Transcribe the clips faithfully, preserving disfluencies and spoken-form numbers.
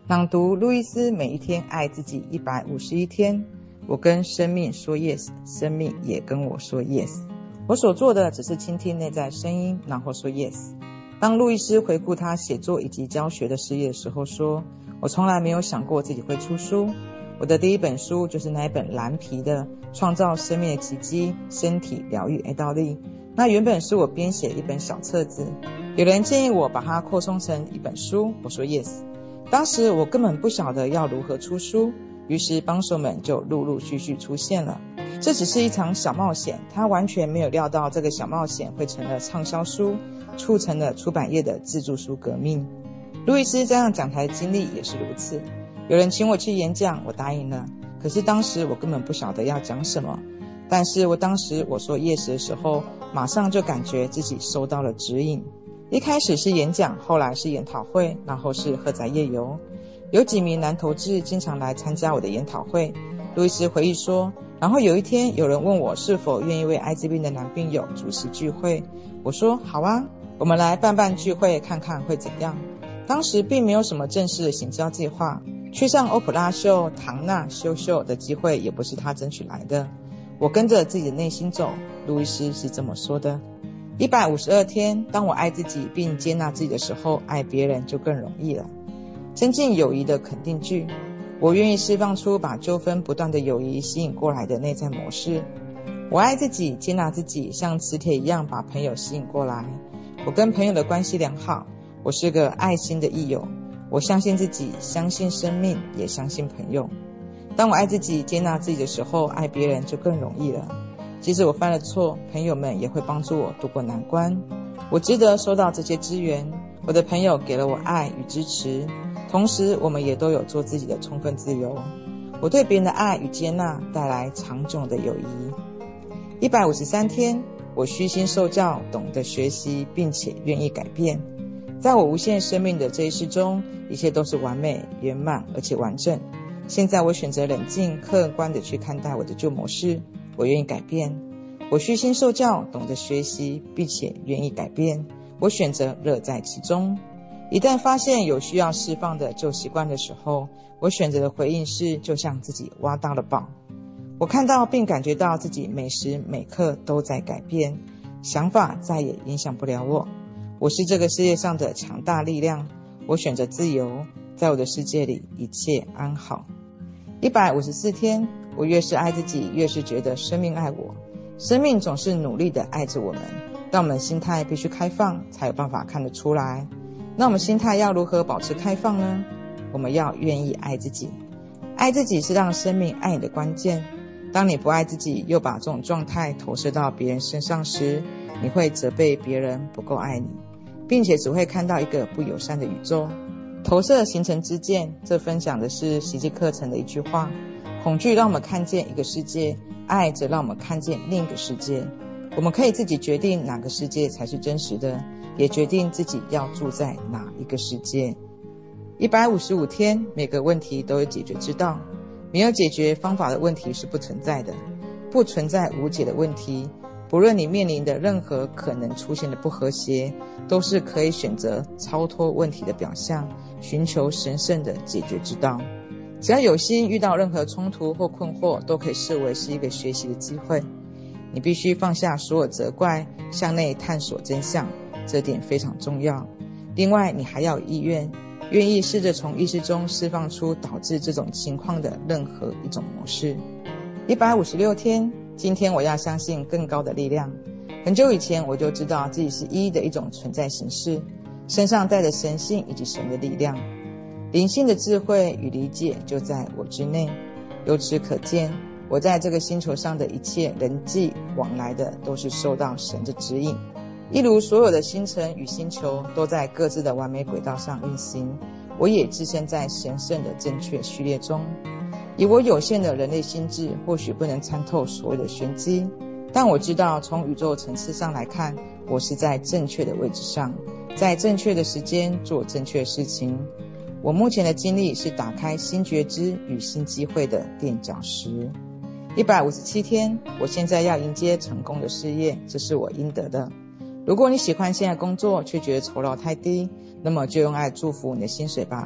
朗读路易斯每一天爱自己一百五十一天，我跟生命说 yes， 生命也跟我说 yes。 我所做的只是倾听内在声音，然后说 yes。 当路易斯回顾他写作以及教学的事业的时候说，我从来没有想过自己会出书，我的第一本书就是那一本蓝皮的创造生命的奇迹，身体疗愈爱道力。那原本是我编写一本小册子，有人建议我把它扩充成一本书，我说 yes。 当时我根本不晓得要如何出书，于是帮手们就陆陆续续出现了。这只是一场小冒险，他完全没有料到这个小冒险会成了畅销书，促成了出版业的自助书革命。路易斯这样讲台经历也是如此，有人请我去演讲，我答应了，可是当时我根本不晓得要讲什么。但是我当时我说 yes 的时候，马上就感觉自己收到了指引。一开始是演讲，后来是研讨会，然后是喝宅夜游。有几名男同志经常来参加我的研讨会。路易斯回忆说，然后有一天有人问我是否愿意为艾滋病的男病友主持聚会，我说好啊，我们来办办聚会看看会怎样。当时并没有什么正式的行销计划，去上欧普拉秀、唐纳修秀的机会也不是他争取来的，我跟着自己的内心走。路易斯是这么说的，一百五十二天，当我爱自己并接纳自己的时候，爱别人就更容易了。增进友谊的肯定句，我愿意释放出把纠纷不断的友谊吸引过来的内在模式。我爱自己，接纳自己，像磁铁一样把朋友吸引过来。我跟朋友的关系良好，我是个爱心的益友。我相信自己，相信生命，也相信朋友。当我爱自己，接纳自己的时候，爱别人就更容易了。即使我犯了错，朋友们也会帮助我度过难关。我值得收到这些资源，我的朋友给了我爱与支持，同时我们也都有做自己的充分自由。我对别人的爱与接纳带来长久的友谊。一百五十三天，我虚心受教，懂得学习，并且愿意改变。在我无限生命的这一世中，一切都是完美、圆满而且完整。现在我选择冷静客观地去看待我的旧模式，我愿意改变。我虚心受教，懂得学习，并且愿意改变。我选择乐在其中。一旦发现有需要释放的旧习惯的时候，我选择的回应是就像自己挖到了宝。我看到并感觉到自己每时每刻都在改变，想法再也影响不了我。我是这个世界上的强大力量，我选择自由，在我的世界里一切安好。一百五十四天，我越是爱自己，越是觉得生命爱我。生命总是努力地爱着我们，但我们心态必须开放，才有办法看得出来。那我们心态要如何保持开放呢？我们要愿意爱自己。爱自己是让生命爱你的关键。当你不爱自己，又把这种状态投射到别人身上时，你会责备别人不够爱你，并且只会看到一个不友善的宇宙。投射形成知见，这分享的是奇迹课程的一句话：恐惧让我们看见一个世界，爱则让我们看见另一个世界。我们可以自己决定哪个世界才是真实的，也决定自己要住在哪一个世界。一百五十五天，每个问题都有解决之道，没有解决方法的问题是不存在的，不存在无解的问题。不论你面临的任何可能出现的不和谐，都是可以选择超脱问题的表象，寻求神圣的解决之道。只要有心，遇到任何冲突或困惑，都可以视为是一个学习的机会。你必须放下所有责怪，向内探索真相，这点非常重要。另外，你还要有意愿，愿意试着从意识中释放出导致这种情况的任何一种模式。一百五十六天，今天我要相信更高的力量。很久以前我就知道自己是一的一种存在形式，身上带着神性以及神的力量。灵性的智慧与理解就在我之内。由此可见，我在这个星球上的一切人际往来的都是受到神的指引。一如所有的星辰与星球都在各自的完美轨道上运行，我也置身在神圣的正确序列中。以我有限的人类心智，或许不能参透所有的玄机，但我知道从宇宙层次上来看，我是在正确的位置上，在正确的时间做正确的事情。我目前的经历是打开新觉知与新机会的垫脚石。一百五十七天，我现在要迎接成功的事业，这是我应得的。如果你喜欢现在工作却觉得酬劳太低，那么就用爱祝福你的薪水吧。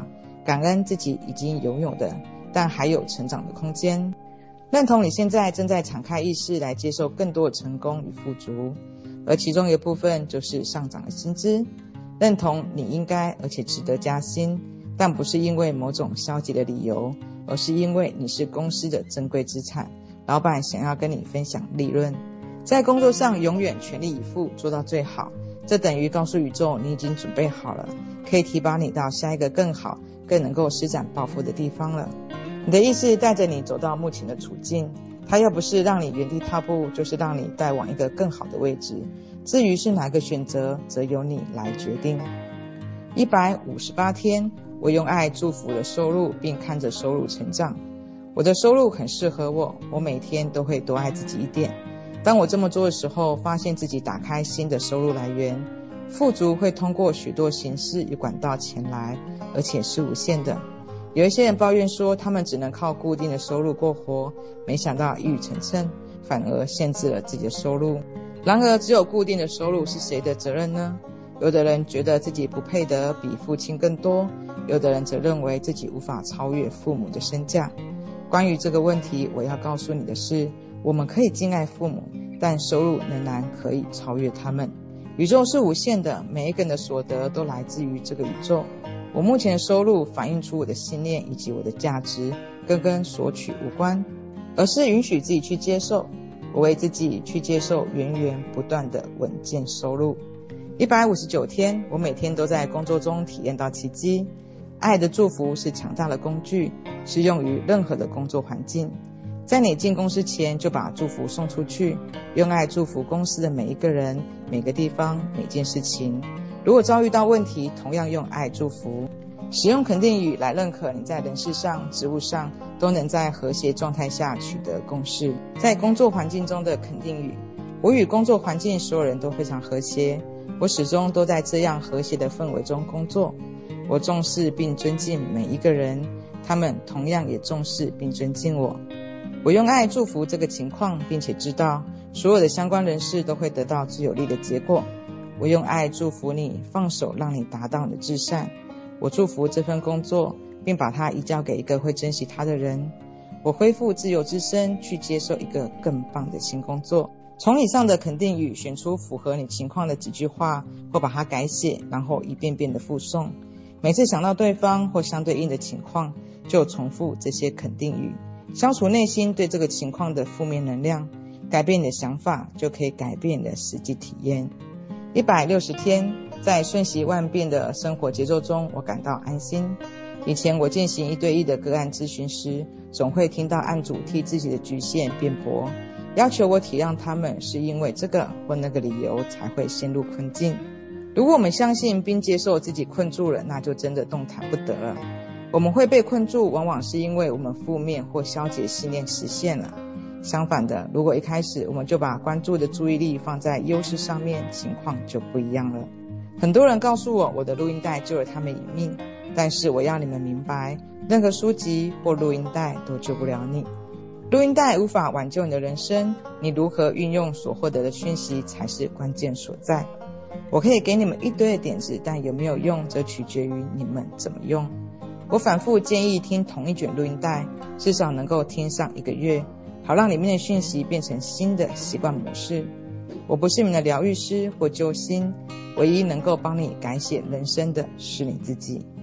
感恩自己已经拥有的，但还有成长的空间。认同你现在正在敞开意识来接受更多的成功与富足，而其中一个部分就是上涨的薪资。认同你应该而且值得加薪，但不是因为某种消极的理由，而是因为你是公司的珍贵资产，老板想要跟你分享利润。在工作上永远全力以赴，做到最好，这等于告诉宇宙你已经准备好了，可以提拔你到下一个更好更能够施展抱负的地方了。你的意识带着你走到目前的处境，它要不是让你原地踏步，就是让你带往一个更好的位置，至于是哪个选择，则由你来决定。一百五十八天，我用爱祝福了收入，并看着收入成长。我的收入很适合我，我每天都会多爱自己一点。当我这么做的时候，发现自己打开新的收入来源，富足会通过许多形式与管道前来，而且是无限的。有一些人抱怨说他们只能靠固定的收入过活，没想到一语成谶，反而限制了自己的收入。然而只有固定的收入是谁的责任呢？有的人觉得自己不配得比父亲更多，有的人则认为自己无法超越父母的身价。关于这个问题，我要告诉你的是，我们可以敬爱父母，但收入仍然可以超越他们。宇宙是无限的，每一个人的所得都来自于这个宇宙。我目前的收入反映出我的信念以及我的价值，跟跟索取无关，而是允许自己去接受。我为自己去接受源源不断的稳健收入。一百五十九天，我每天都在工作中体验到奇迹。爱的祝福是强大的工具，适用于任何的工作环境。在你进公司前，就把祝福送出去，用爱祝福公司的每一个人、每个地方、每件事情。如果遭遇到问题，同样用爱祝福。使用肯定语来认可你在人事上、职务上都能在和谐状态下取得共识。在工作环境中的肯定语：我与工作环境所有人都非常和谐，我始终都在这样和谐的氛围中工作。我重视并尊敬每一个人，他们同样也重视并尊敬我。我用爱祝福这个情况，并且知道所有的相关人士都会得到最有利的结果。我用爱祝福你，放手让你达到你的至善。我祝福这份工作，并把它移交给一个会珍惜它的人。我恢复自由之身，去接受一个更棒的新工作。从以上的肯定语选出符合你情况的几句话，或把它改写，然后一遍遍的复诵。每次想到对方或相对应的情况，就重复这些肯定语，消除内心对这个情况的负面能量，改变你的想法，就可以改变你的实际体验。一百六十天，在瞬息万变的生活节奏中，我感到安心。以前我进行一对一的个案咨询时，总会听到案主替自己的局限辩驳，要求我体谅他们是因为这个或那个理由才会陷入困境。如果我们相信并接受自己困住了，那就真的动弹不得了。我们会被困住，往往是因为我们负面或消极信念实现了。相反的，如果一开始我们就把关注的注意力放在优势上面，情况就不一样了。很多人告诉我，我的录音带救了他们一命，但是我要你们明白，任何书籍或录音带都救不了你。录音带无法挽救你的人生，你如何运用所获得的讯息才是关键所在。我可以给你们一堆的点子，但有没有用则取决于你们怎么用。我反复建议听同一卷录音带，至少能够听上一个月，好让里面的讯息变成新的习惯模式。我不是你们的疗愈师或救星，唯一能够帮你改写人生的是你自己。